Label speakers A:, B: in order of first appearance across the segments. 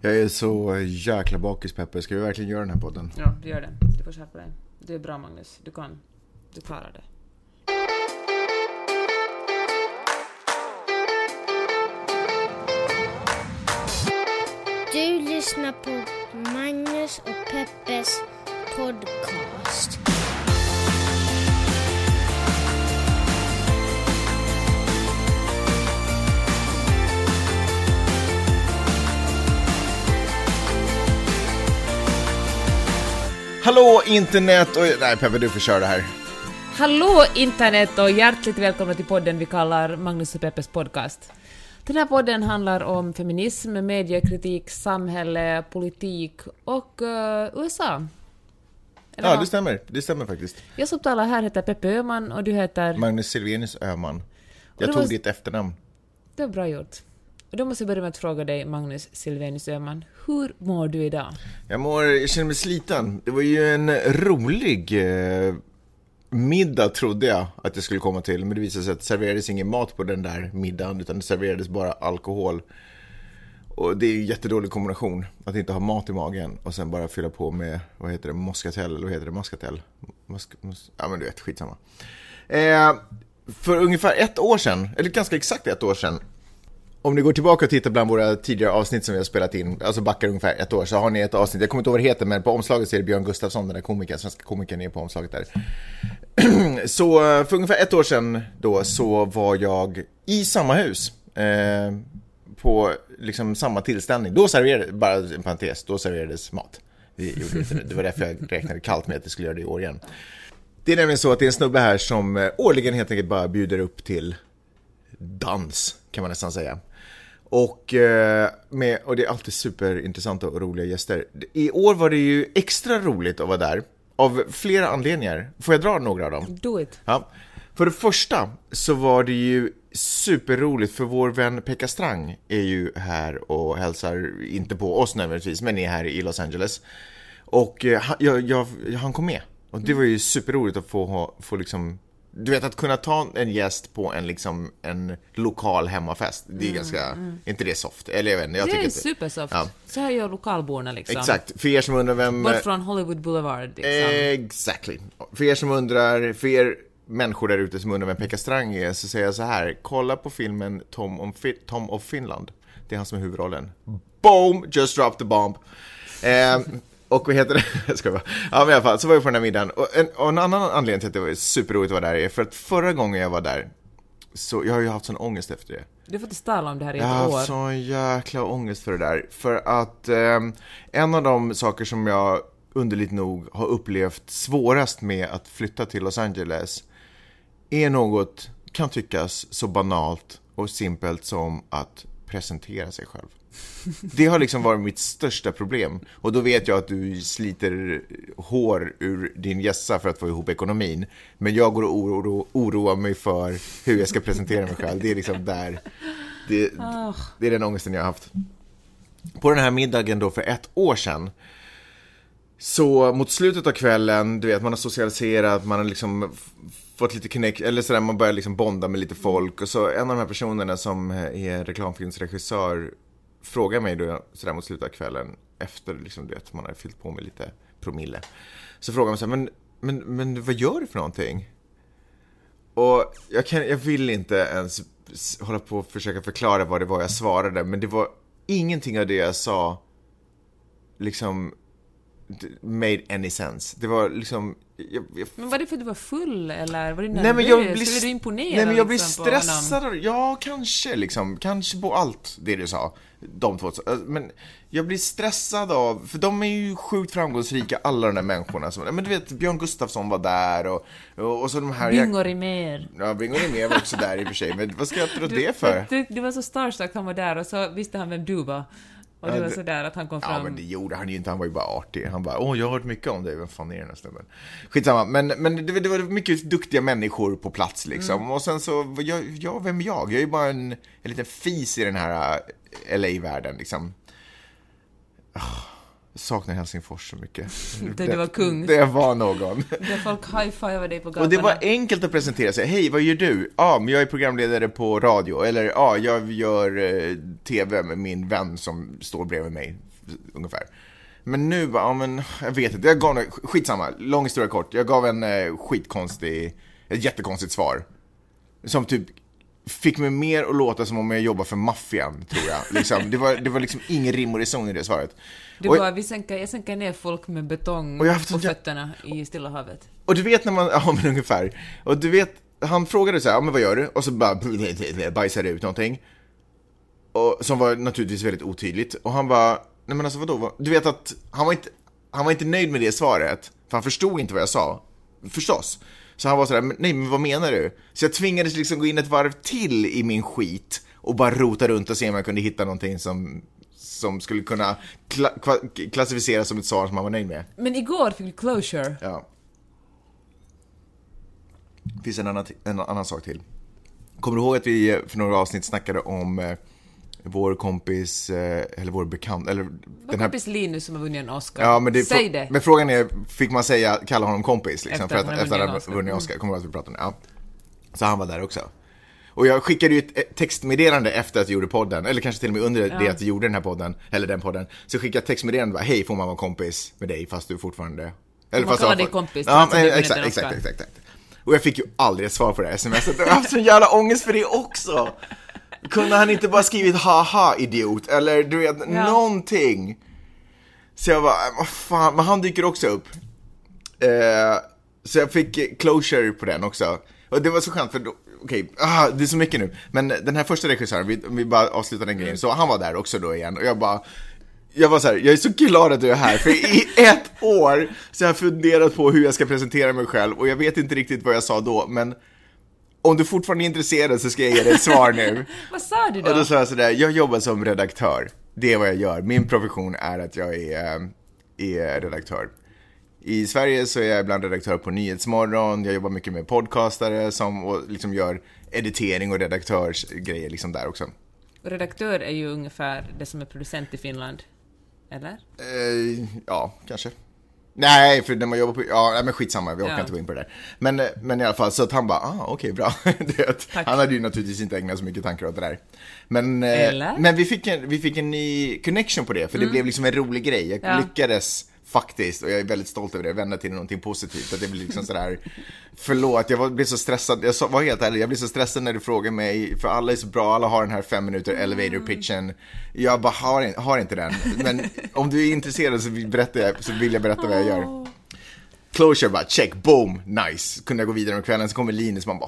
A: Jag är så jäkla bakis, Peppe. Ska vi verkligen göra den här podden?
B: Ja, du gör det. Du får skärpa dig. Du är bra, Magnus. Du klarar det.
C: Du lyssnar på Magnus och Peppes podcast.
A: Hallå internet och... Nej, Peppe, du får köra det här.
B: Hallå internet och hjärtligt välkomna till podden vi kallar Magnus och Peppes podcast. Den här podden handlar om feminism, mediekritik, samhälle, politik och USA. Eller
A: Ja,
B: vad?
A: det stämmer faktiskt.
B: Jag som talar här heter Peppe Öhman och du heter...
A: Magnus Silvenius Öhman. Jag
B: det
A: tog
B: var-
A: ditt efternamn.
B: Det var bra gjort. Och då måste jag börja med att fråga dig, Magnus Silvenius Öhman, hur mår du idag?
A: Jag känner mig sliten. Det var ju en rolig middag, trodde jag att jag skulle komma till. Men det visade sig att det serverades ingen mat på den där middagen, utan det serverades bara alkohol. Och det är ju en jättedålig kombination att inte ha mat i magen och sen bara fylla på med, vad heter det, Moscatel, eller vad heter det, Moscatel? Ja, men du vet, skitsamma. För ungefär ett år sedan, eller ganska exakt ett år sedan, om ni går tillbaka och tittar bland våra tidigare avsnitt som vi har spelat in, alltså backar ungefär ett år, så har ni ett avsnitt, jag kommer inte ihåg vad det heter, men på omslaget ser det Björn Gustafsson, den där komikern, svenska komikern är på omslaget där. Så för ungefär ett år sedan då så var jag i samma hus, på liksom samma tillställning. Då serverades, bara en parentes, då serverades mat. Det var därför jag räknade kallt med att jag skulle göra det i år igen. Det är nämligen så att det är en snubbe här som årligen helt enkelt bara bjuder upp till dans, kan man nästan säga. Och det är alltid superintressanta och roliga gäster. I år var det ju extra roligt att vara där, av flera anledningar. Får jag dra några av dem?
B: Do it.
A: Ja. För det första så var det ju superroligt, för vår vän Pekka Strang är ju här och hälsar, inte på oss nödvändigtvis, men är här i Los Angeles. Och han kom med. Och det var ju superroligt att få liksom, du vet, att kunna ta en gäst på en lokal hemmafest. Det är ganska, inte det soft? Eller jag vet inte, jag
B: Det
A: tycker
B: är
A: inte.
B: supersoft.
A: Ja.
B: Så här gör lokalborna liksom.
A: Exakt, för er som undrar vem...
B: Bort från Hollywood Boulevard liksom.
A: Exactly. För er som undrar, för er människor där ute som undrar vem Pekka Strang är, så säger jag så här: kolla på filmen Tom of Finland. Det är han som är huvudrollen. Boom! Just dropped the bomb. Och vad heter det? Jag ska bara. Ja, men i alla fall, så var jag på den här middagen. Och en annan anledning till att det var superroligt att vara där är för att förra gången jag var där, så jag har ju haft sån ångest efter det.
B: Du får inte tala om det här i
A: Jag
B: ett
A: har
B: år.
A: haft sån jäkla ångest för det där. För att en av de saker som jag underligt nog har upplevt svårast med att flytta till Los Angeles är något, kan tyckas, så banalt och simpelt som att presentera sig själv. Det har liksom varit mitt största problem. Och då vet jag att du sliter hår ur din gässa för att få ihop ekonomin. Men jag går och oroar mig för hur jag ska presentera mig själv. Det är liksom där. Det är den ångesten jag har haft. På den här middagen då för ett år sedan, så mot slutet av kvällen, du vet, man har socialiserat, man har liksom fått lite connect, eller sådär, man börjar liksom bonda med lite folk. Och så en av de här personerna som är reklamfilmsregissör frågar mig då sådär mot slutet av kvällen, efter liksom, du vet, man har fyllt på med lite promille, så frågar man så här, men vad gör du för någonting? Och jag vill inte ens hålla på och försöka förklara vad det var jag svarade, men det var ingenting av det jag sa liksom made any sense. Det var liksom
B: Men var det för att du var full eller var du nervös?
A: Nej, men jag blir
B: Skulle du imponera?
A: Nej, men jag blir
B: liksom, på honom?
A: stressad. Ja, kanske på allt det du sa. De två. Men jag blir stressad av, för de är ju sjukt framgångsrika, alla de där människorna som, men du vet, Björn Gustafsson var där och så de här
B: Bingo Rimér.
A: Ja, Bingo Rimér var också där i och för sig. Men vad ska jag tro det för?
B: Du var så starstruck, han var där och så visste han vem du var. Och det var så där att han kom fram.
A: Ja, men det gjorde han ju inte. Han var ju bara artig. Han bara, jag har hört mycket om dig. Vem fan är den här snubben? Skitsamma. Men det var mycket duktiga människor på plats liksom. Och sen så, vem är jag? Jag är ju bara en liten fis i den här LA-världen liksom. saknar Helsingfors så mycket.
B: Det var kung.
A: Det var någon.
B: Där folk high-fivar dig på gatorna.
A: Och det var enkelt att presentera sig. Hej, vad gör du? Ja, men jag är programledare på radio. Eller ja, jag gör tv med min vän som står bredvid mig. Ungefär. Men nu bara, ja men jag vet inte. Jag gav skitsamma, lång historia kort. Jag gav en ett jättekonstigt svar. Som typ fick mig mer att låta som om jag jobbar för maffian, tror jag. Liksom, det var liksom ingen rim och reson i det svaret.
B: Jag sänker ner folk med betong på fötterna i Stilla havet.
A: Och du vet när man, ja men ungefär. Och du vet, han frågade så här, ja men vad gör du? Och så bara bajsade ut någonting. Och som var naturligtvis väldigt otydligt. Och han bara, nej men alltså vadå? Du vet att han var inte nöjd med det svaret. För han förstod inte vad jag sa. Förstås. Så han var sådär, nej men vad menar du? Så jag tvingades liksom gå in ett varv till i min skit och bara rota runt och se om jag kunde hitta någonting som skulle kunna klassificeras som ett svar som man var nöjd med.
B: Men igår fick du closure.
A: Ja. Det finns en annan sak till. Kommer du ihåg att vi för några avsnitt snackade om vår kompis, eller vår bekant, eller
B: vår kompis Linus som har vunnit en Oscar.
A: Ja, men
B: säg det.
A: Men frågan är, fick man kalla honom kompis liksom, efter att han hade vunnit Oscar? Kommer du att vi pratade om det? Ja. Så han var där också. Och jag skickade ju ett textmeddelande efter att jag gjorde podden, eller kanske till och med under det att jag gjorde den här podden, eller den podden. Så skickade jag ett textmeddelande, bara, hej, får man vara kompis med dig fast du fortfarande... Eller
B: man kallar dig kompis.
A: Ja, exakt. Och jag fick ju aldrig ett svar på det här smset. Jag har haft så jävla ångest för det också. Kunde han inte bara skrivit haha idiot, eller du vet, någonting. Så jag bara, vad fan, men han dyker också upp. Så jag fick closure på den också. Och det var så skönt för då, okej, det är så mycket nu. Men den här första regissören, vi bara avslutade den grejen. Så han var där också då igen. Och jag var så här, jag är så glad att du är här. För i 1 år så har jag funderat på hur jag ska presentera mig själv. Och jag vet inte riktigt vad jag sa då, men om du fortfarande är intresserad så ska jag ge dig ett svar nu.
B: Vad sa du då?
A: Och då sa jag sådär, jag jobbar som redaktör. Det är vad jag gör. Min profession är att jag är redaktör. I Sverige så är jag ibland redaktör på Nyhetsmorgon. Jag jobbar mycket med podcastare och liksom gör editering och redaktörsgrejer liksom där också.
B: Och redaktör är ju ungefär det som är producent i Finland, eller?
A: Ja, kanske. Nej, för när man jobbar på... Ja, men skitsamma, vi orkar inte gå in på det där. Men i alla fall, så att han bara, okej, bra. Han hade ju naturligtvis inte ägnat så mycket tankar åt det där. Men vi fick en ny connection på det, för det blev liksom en rolig grej. Jag lyckades faktiskt, och jag är väldigt stolt över det, vända till någonting positivt. Att det blir liksom sådär, förlåt, blev så stressad. Jag var helt ärlig, jag blir så stressad när du frågar mig, för alla är så bra, alla har den här 5 minuter elevator pitchen. Jag bara har inte den. Men om du är intresserad så vill jag berätta vad jag gör. Closure bara, check, boom, nice. Kunde jag gå vidare om kvällen, så kommer Linus, man bara,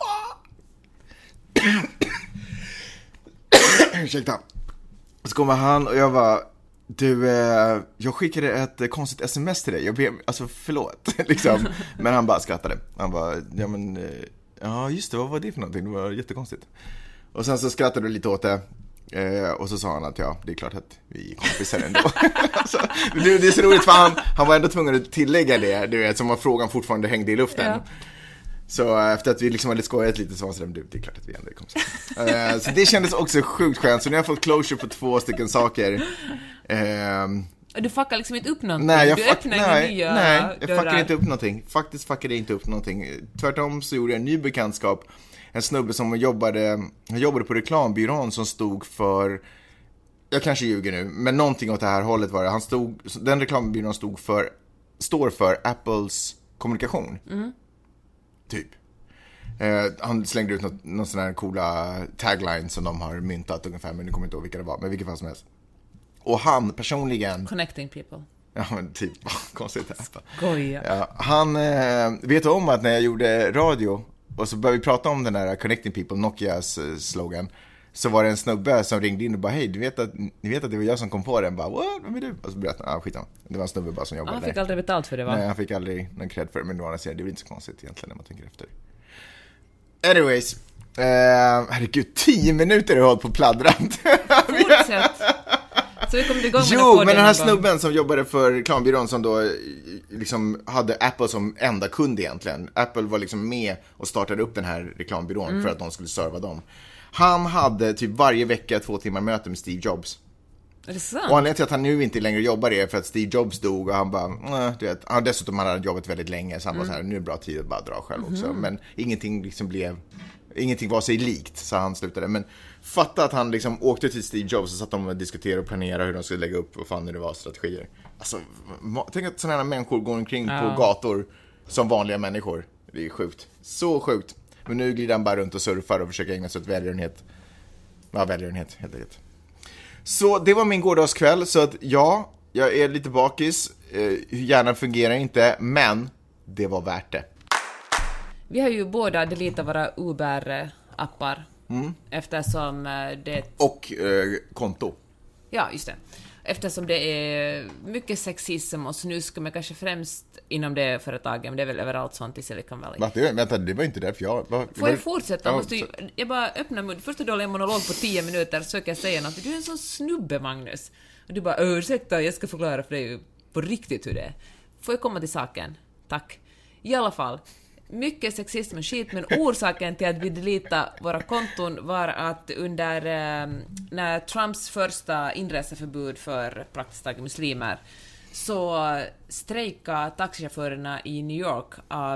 A: ursäkta. Så kommer han och jag bara, du, jag skickade ett konstigt sms till dig. Jag ber, alltså förlåt liksom. Men han bara skrattade. Han bara, ja just det, vad var det för någonting? Det var jättekonstigt. Och sen så skrattade du lite åt det. Och så sa han att det är klart att vi är kompisar ändå. Alltså, det är så roligt, för han var ändå tvungen att tillägga det, du vet, som att frågan fortfarande hängde i luften. Ja. Så efter att vi liksom hade skojat lite så var så det är klart att vi ändå är kompisar. Så det kändes också sjukt skönt. Så nu har jag fått closure på 2 stycken saker.
B: Du fuckar liksom inte upp någonting.
A: Nej,
B: jag
A: fuckar inte upp någonting. Faktiskt fuckade jag inte upp någonting. Tvärtom så gjorde jag en ny bekantskap. En snubbe som jobbade på reklambyrån som stod för, jag kanske ljuger nu, men någonting åt det här hållet var det. Den reklambyrån står för Apples kommunikation. Typ. Han slängde ut någon sån här coola tagline som de har myntat ungefär, men nu kommer inte ihåg vilka det var, men vilket fall som helst. Och han personligen...
B: Connecting people.
A: Ja, men typ, konstigt.
B: Skoja.
A: Ja, han vet om att när jag gjorde radio och så började vi prata om den där Connecting People, Nokias slogan, så var det en snubbe som ringde in och bara, hej, ni vet att det var jag som kom på den. Bara, what? Vem är du? Och så berättade han, det var en snubbe bara som jobbade där.
B: Han fick aldrig betalt för det, va?
A: Nej, han fick aldrig någon cred för det, men det är väl inte så konstigt egentligen när man tänker efter. Anyways, herregud, 10 minuter har jag hållit på pladdrat.
B: Fortsätt. Så vi kommer igång med
A: Jo, men den här snubben som jobbade för reklambyrån som då liksom hade Apple som enda kund egentligen. Apple var liksom med och startade upp den här reklambyrån för att de skulle serva dem. Han hade typ varje vecka 2 timmar möte med Steve Jobs.
B: Är det sant?
A: Och anledningen till att han nu inte längre jobbar är för att Steve Jobs dog och han bara, du vet, dessutom han hade jobbat väldigt länge så han var så här, nu är det bra tid att bara dra själv också. Men ingenting var sig likt så han slutade. Men fatta att han liksom åkte till Steve Jobs och satt de och diskuterade och planerade hur de skulle lägga upp och fan det var strategier. Alltså, tänk att sådana här människor går omkring på gator som vanliga människor. Det är sjukt. Så sjukt. Men nu glider han bara runt och surfar och försöker ägna sig åt välgörenhet. Ja, välgörenhet helt enkelt. Så det var min gårdagskväll. Så att ja, jag är lite bakis. Hjärnan fungerar inte, men det var värt det.
B: Vi har ju båda deletat våra Uber-appar. Eftersom det...
A: Och konto.
B: Ja, just det. Eftersom det är mycket sexism och snusk, men kanske främst inom det företaget, men det är väl överallt sånt i Silicon Valley.
A: Vänta, det var inte därför jag...
B: Får jag fortsätta? Jag bara öppnar mun. Första dåliga monolog på 10 minuter så jag säga något. Du är en sån snubbe, Magnus. Och du bara, ursäkta, jag ska förklara för dig på riktigt hur det är. Får jag komma till saken? Tack. I alla fall, mycket sexism och skit, men orsaken till att vi deletade våra konton var att under när Trumps första inreseförbud för praktiskt taget muslimer så strejkade taxichaufförerna i New York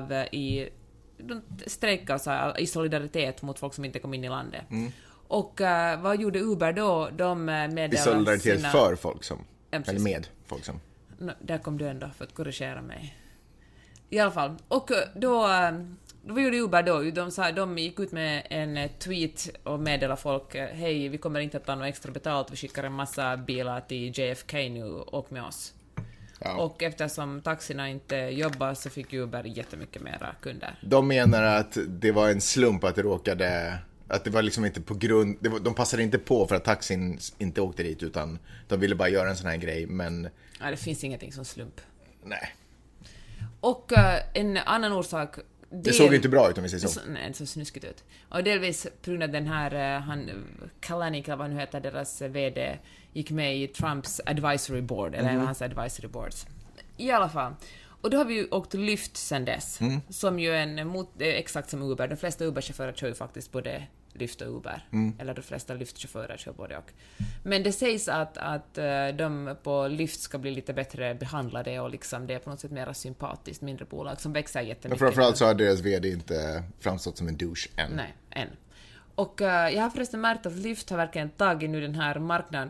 B: de strejkade i solidaritet mot folk som inte kom in i landet. Och vad gjorde Uber då? De meddelade
A: i solidaritet för folk som... eller med folk som...
B: Där kom du ändå för att korrigera mig. I alla fall. Och då gjorde Uber då. De gick ut med en tweet och meddelade folk, hej, vi kommer inte att ta något extra betalt, vi skickar en massa bilar till JFK nu, åk med oss. Ja. Och eftersom taxierna inte jobbar så fick Uber jättemycket mera kunder.
A: De menar att det var en slump att det råkade... Att det var liksom inte på grund... de passade inte på för att taxin inte åkte dit, utan de ville bara göra en sån här grej, men...
B: Ja, det finns ingenting som slump.
A: Nej.
B: Och en annan orsak...
A: Det såg inte bra ut om vi säger så.
B: Nej, det såg snuskigt ut. Och delvis på grund av den här... Kalanick, vad nu heter deras vd, gick med i Trumps advisory board, eller hans advisory boards. I alla fall. Och då har vi ju åkt Lyft sen dess, som ju exakt som Uber. De flesta Uber-chaufförer kör ju faktiskt både Lyft och Uber. Eller de flesta Lyft-chaufförer kör både och. Men det sägs att de på Lyft ska bli lite bättre behandlade och liksom det är på något sätt mer sympatiskt, mindre bolag som växer jättemycket. Men
A: framförallt så har deras vd inte framstått som en douche än.
B: Nej, än. Och jag har förresten märkt att Lyft har verkligen tagit nu den här marknaden,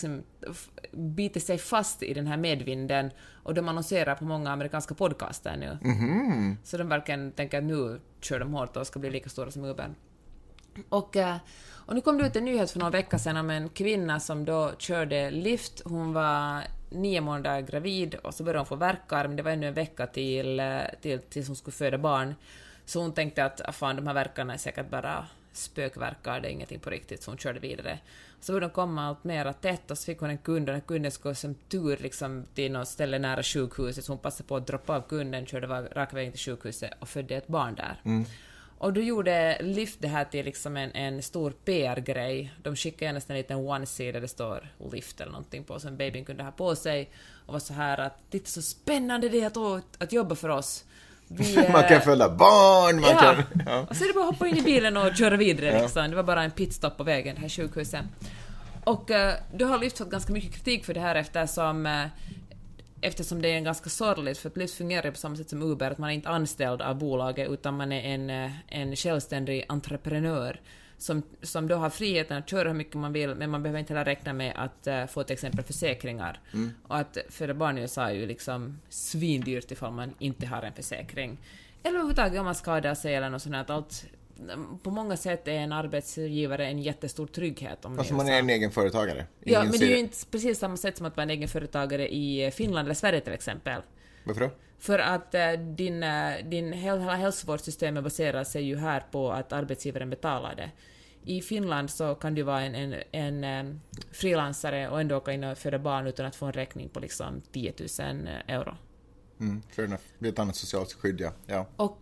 B: biter sig fast i den här medvinden, och de annonserar på många amerikanska podcaster nu. Så de verkligen tänker att nu kör de hårt och ska bli lika stora som Uber. Och nu kom det ut en nyhet för några veckor sedan om en kvinna som då körde Lyft. Hon var 9 månader gravid och så började hon få värkar, men det var ännu en vecka tills hon skulle föda barn. Så hon tänkte att fan, de här värkarna är säkert bara spökverkar, det är ingenting på riktigt, så hon körde vidare. Så började de komma allt mer tätt och så fick hon en kund, och den kunden skulle som tur liksom till något ställe nära sjukhuset, så hon passade på att droppa av kunden, körde raka vägen till sjukhuset och födde ett barn där. Och då gjorde Lyft det här till liksom en stor PR-grej. De skickade nästan en liten onesie där det står Lyft eller någonting på, som babyn kunde ha på sig, och var så här att det är så spännande det att jobba för oss.
A: Man kan föda barn,
B: ja. Och så är det bara att hoppa in i bilen och köra vidare liksom. Det var bara en pitstop på vägen, det här sjukhuset. Och då har Lyft fått ganska mycket kritik för det här eftersom det är ganska sorgligt, för att Lyft fungerar på samma sätt som Uber, att man är inte anställd av bolaget utan man är en självständig entreprenör som då har friheten att köra hur mycket man vill, men man behöver inte heller räkna med att få till exempel försäkringar. Och att föda barn i USA är ju liksom svindyrt ifall man inte har en försäkring. Eller överhuvudtaget om man skadar sig eller något sånt här. Allt, på många sätt är en arbetsgivare en jättestor trygghet.
A: Alltså man är en egen företagare.
B: Ja, men det är ju inte precis samma sätt som att vara en egen företagare i Finland eller Sverige till exempel.
A: Varför då?
B: För att din hela hälsovårdssystem baserar sig ju här på att arbetsgivaren betalar det. I Finland så kan du vara en frilansare och ändå åka in och föda barn utan att få en räkning på liksom 10 000 euro.
A: Fair enough. Det är ett annat socialt skydd, ja.
B: Och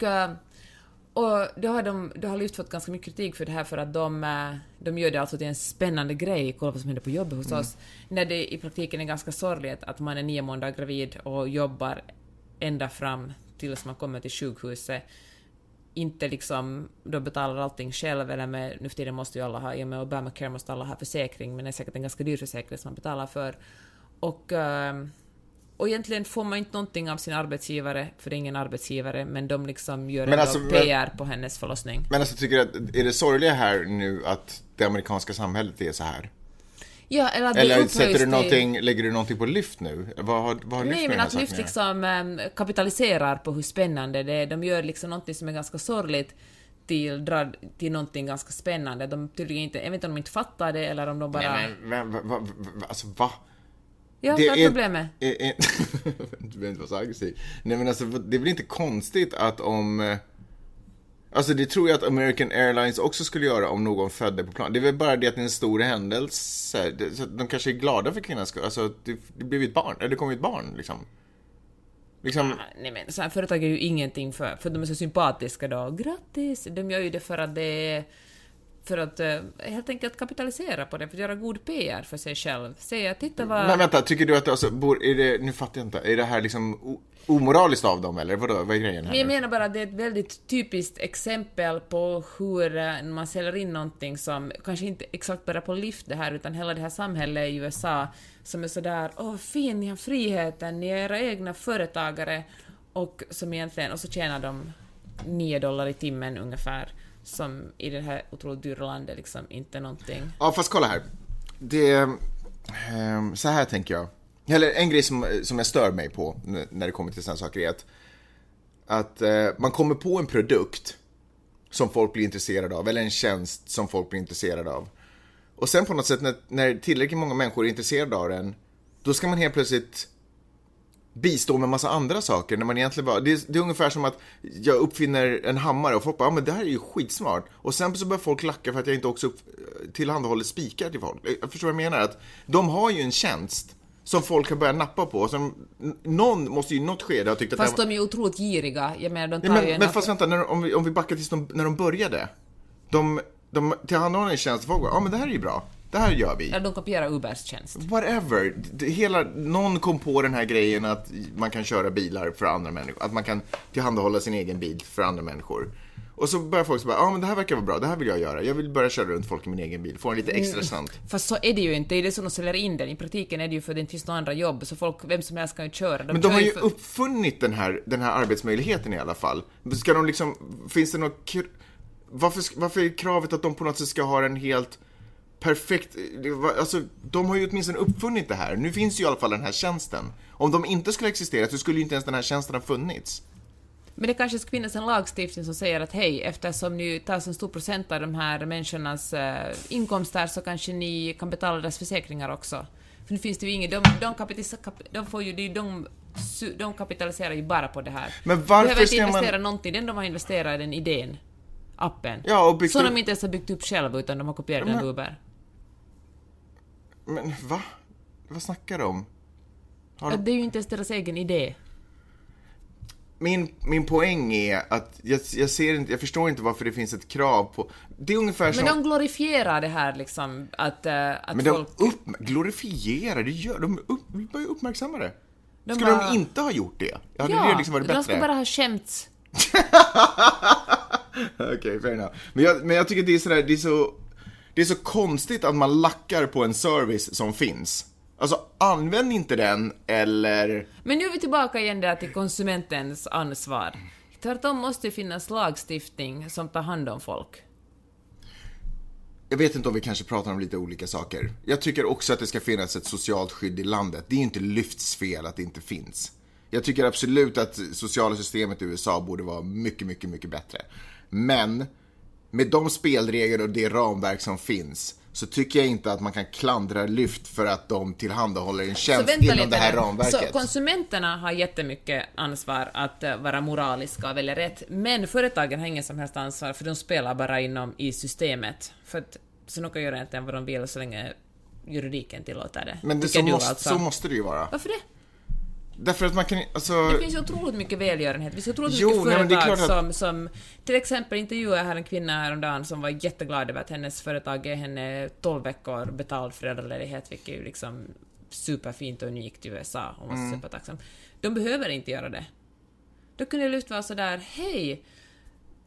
B: då har Lyft fått ganska mycket kritik för det här, för att de gör det alltså till en spännande grej, kolla vad som händer på jobbet hos oss, när det i praktiken är ganska sorgligt att man är 9 månader gravid och jobbar ända fram tills man kommer till sjukhuset. inte liksom då betalar allting själv, eller nu för tiden måste ju alla ha, i och med Obamacare måste alla ha försäkring, men det är säkert en ganska dyr försäkring som man betalar för. Och egentligen får man inte någonting av sin arbetsgivare, för det är ingen arbetsgivare, men de liksom gör PR på hennes förlossning.
A: Men alltså, tycker du att, är det sorgliga här nu att det amerikanska samhället är så här?
B: Ja,
A: eller sätter du någonting, lägger du någonting på Lyft nu? Vad har Lyft?
B: Nej, men att Lyft liksom kapitaliserar på hur spännande det är. De gör liksom någonting som är ganska sorgligt till någonting ganska spännande. De tydligen inte, jag vet inte om de inte fattar det, eller om de bara...
A: Alltså, va?
B: Ja, det är problemet.
A: Du behöver inte vara så aggressiv. Nej, men alltså, det är väl inte konstigt att om... Alltså, det tror jag att American Airlines också skulle göra om någon födde på plan. Det är väl bara det att det är en stor händelse. De kanske är glada för kvinnans skull. Alltså, det blev ett barn. Eller det kom ett barn, liksom.
B: Nej, men så här företag är ju ingenting för de är så sympatiska då. Grattis! De gör ju det för att det är... För att helt enkelt kapitalisera på det, för att göra god PR för sig själv. Säga, titta vad...
A: Men vänta, tycker du att det, alltså, är det, nu fattar jag inte, är det här liksom omoraliskt av dem, eller vad är grejen här?
B: Men jag menar bara att det är ett väldigt typiskt exempel på hur man säljer in någonting som kanske inte exakt bara på Lyft det här, utan hela det här samhället i USA som är sådär, fin, ni har friheten, ni är era egna företagare, och som egentligen, och så tjänar de $9 i timmen ungefär, som i det här otroligt dyra landet liksom inte någonting.
A: Ja, fast kolla här. Det så här tänker jag. Eller en grej som jag stör mig på när det kommer till sådana saker är att man kommer på en produkt som folk blir intresserade av, eller en tjänst som folk blir intresserade av. Och sen på något sätt när tillräckligt många människor är intresserade av den, då ska man helt plötsligt bistå med massa andra saker när man egentligen bara, det är ungefär som att jag uppfinner en hammare och folk bara, men det här är ju skitsmart, och sen så börjar folk lacka för att jag inte också tillhandahåller spikar till folk. Jag förstår vad jag menar, att de har ju en tjänst som folk kan börja nappa på, som någon måste ju i något skede ha tyckt att
B: fast de är ju otroligt giriga. Jag menar, de tar
A: men fast vänta, om vi backar tills när de började, de tillhandahåller en tjänst, folk bara, men det här är ju bra. Det här gör vi.
B: Ja, de kopierar Ubers tjänst.
A: Whatever. Någon kom på den här grejen att man kan köra bilar för andra människor. Att man kan tillhandahålla sin egen bil för andra människor. Och så börjar folk så bara, men det här verkar vara bra, det här vill jag göra. Jag vill börja köra runt folk i min egen bil, få en lite extra slant.
B: Fast så är det ju inte, det är det som de säljer in den. I praktiken är det ju för att det inte finns några andra jobb, så folk, vem som helst kan ju köra.
A: Men de har ju uppfunnit den här arbetsmöjligheten i alla fall. Ska de liksom, finns det något... Varför är kravet att de på något sätt ska ha en helt... perfekt, alltså de har ju åtminstone uppfunnit det här. Nu finns ju i alla fall den här tjänsten. Om de inte skulle existera så skulle ju inte ens den här tjänsten ha funnits.
B: Men det kanske skulle finnas en lagstiftning som säger att hej, eftersom ni tar så stor procent av de här människornas inkomster, så kanske ni kan betala deras försäkringar också. För nu finns det ju inget, de kapitaliserar ju bara på det här.
A: Men varför
B: behöver inte
A: ska
B: investera någonting, de har investerat i den idén, appen.
A: Ja, och
B: så de inte ens har byggt upp själva, utan de har kopierat den Uber.
A: Men va? Vad snackar de om?
B: Det är ju inte ens deras egen idé.
A: Min poäng är att jag förstår inte varför det finns ett krav på... Det är ungefär som...
B: Men de glorifierar det här liksom, att
A: men
B: folk...
A: glorifierar, det gör de börjar uppmärksamma det. Skulle de inte ha gjort det? Ja, det liksom varit bättre.
B: De skulle bara ha skämts.
A: Okej, fair enough. Men jag tycker det är sådär, det är så konstigt att man lackar på en service som finns. Alltså, använd inte den, eller...
B: Men nu är vi tillbaka igen där till konsumentens ansvar. Tvärtom måste det finnas lagstiftning som tar hand om folk.
A: Jag vet inte om vi kanske pratar om lite olika saker. Jag tycker också att det ska finnas ett socialt skydd i landet. Det är inte Lyfts fel att det inte finns. Jag tycker absolut att sociala systemet i USA borde vara mycket, mycket, mycket bättre. Men med de spelregler och det ramverk som finns, så tycker jag inte att man kan klandra Lyft för att de tillhandahåller en tjänst inom det här ramverket.
B: Så konsumenterna har jättemycket ansvar att vara moraliska och välja rätt, men företagen har ingen som helst ansvar, för de spelar bara i systemet. För att så de kan göra egentligen vad de vill så länge juridiken tillåter det.
A: Men så måste det ju vara.
B: Varför det?
A: Därför att man kan, alltså...
B: Det finns ju otroligt mycket välgörenhet. Det finns otroligt mycket företag som... Till exempel intervjuade jag här en kvinna häromdagen som var jätteglad över att hennes företag är henne 12 veckor betald föräldraledighet, vilket är ju liksom superfint och unikt i USA. Hon var supertacksam. De behöver inte göra det. Då kunde Lyft vara sådär, hej,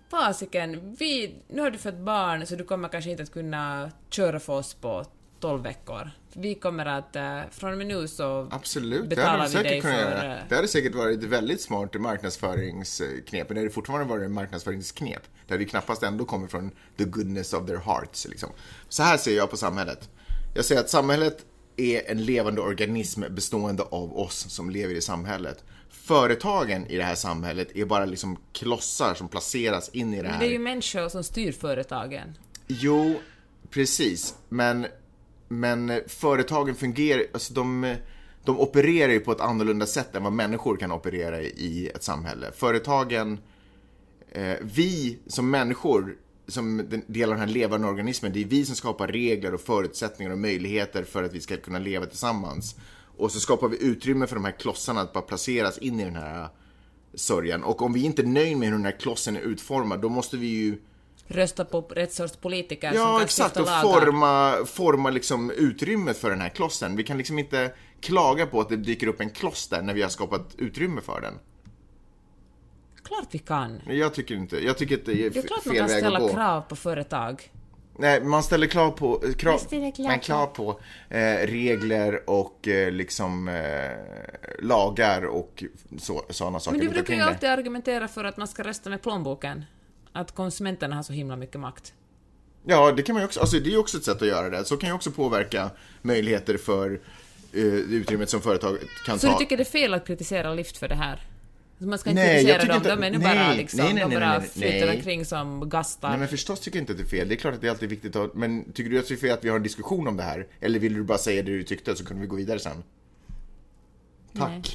B: fasiken, nu har du fått barn så du kommer kanske inte att kunna köra för oss på 12 veckor. Vi kommer att, från och med nu så
A: absolut,
B: betalar vi dig för...
A: Det hade säkert varit ett väldigt smart marknadsföringsknep, men det hade fortfarande varit en marknadsföringsknep. Det hade knappast ändå kommit från the goodness of their hearts. Liksom. Så här ser jag på samhället. Jag säger att samhället är en levande organism bestående av oss som lever i samhället. Företagen i det här samhället är bara liksom klossar som placeras in i det här.
B: Men det är ju människor som styr företagen.
A: Jo, precis. Men företagen fungerar, alltså de opererar ju på ett annorlunda sätt än vad människor kan operera i ett samhälle. Företagen, vi som människor, som del av den här levande organismen, det är vi som skapar regler och förutsättningar och möjligheter för att vi ska kunna leva tillsammans. Och så skapar vi utrymme för de här klossarna att bara placeras in i den här sörjan. Och om vi inte är nöjda med hur den här klossen är utformad, då måste vi ju
B: rösta på rätt sorts politiker som
A: ja,
B: kan
A: exakt,
B: stifta
A: och
B: lagar.
A: forma liksom utrymmet för den här klossen. Vi kan liksom inte klaga på att det dyker upp en kloss där när vi har skapat utrymme för den.
B: Klart vi kan.
A: Jag tycker inte. Jag tycker att det är fel väg att gå.
B: Det är klart man kan ställa krav på företag.
A: Nej, man ställer krav på regler och liksom lagar och sådana saker.
B: Men du brukar ju alltid argumentera för att man ska rösta med plånboken. Att konsumenterna har så himla mycket makt.
A: Ja, det kan man ju också. Alltså, det är ju också ett sätt att göra det. Så kan ju också påverka möjligheter för utrymmet som företag kan
B: så
A: ta.
B: Så du tycker det är fel att kritisera Lyft för det här? Man ska inte kritisera dem, de är nu bara liksom, de bara flyter omkring som gastar.
A: Nej, men förstås tycker jag inte att det är fel. Det är klart att det är alltid viktigt att, men tycker du att det är fel att vi har en diskussion om det här? Eller vill du bara säga det du tyckte så kunde vi gå vidare sen? Tack. Nej.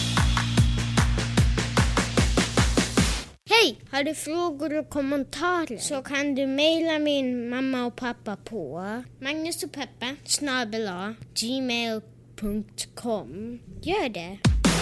C: Hej! Har du frågor och kommentarer så kan du mejla min mamma och pappa på magnusochpeppe@gmail.com. Gör det!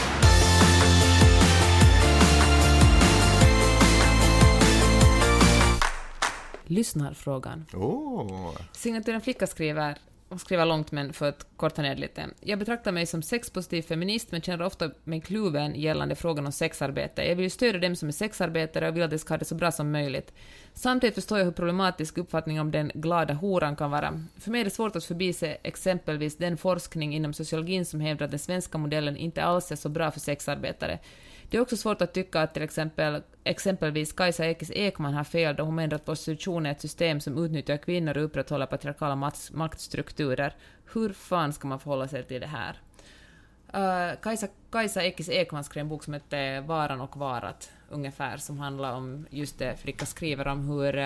B: Lyssnarfrågan. Signaturen flicka skriver långt men för att korta ner lite. Jag betraktar mig som sexpositiv feminist men känner ofta mig kluven gällande frågan om sexarbete. Jag vill ju stödja dem som är sexarbetare och vill att de ska ha det så bra som möjligt. Samtidigt förstår jag hur problematisk uppfattningen om den glada horan kan vara. För mig är det svårt att förbise exempelvis den forskning inom sociologin som hävdar att den svenska modellen inte alls är så bra för sexarbetare. Det är också svårt att tycka att till exempelvis Kajsa Ekman har fel då hon menar att prostitution är ett system som utnyttjar kvinnor och upprätthåller patriarkala maktstrukturer. Hur fan ska man förhålla sig till det här? Kajsa Ekman skrev en bok som heter Varan och varat ungefär, som handlar om just det flicka skriver om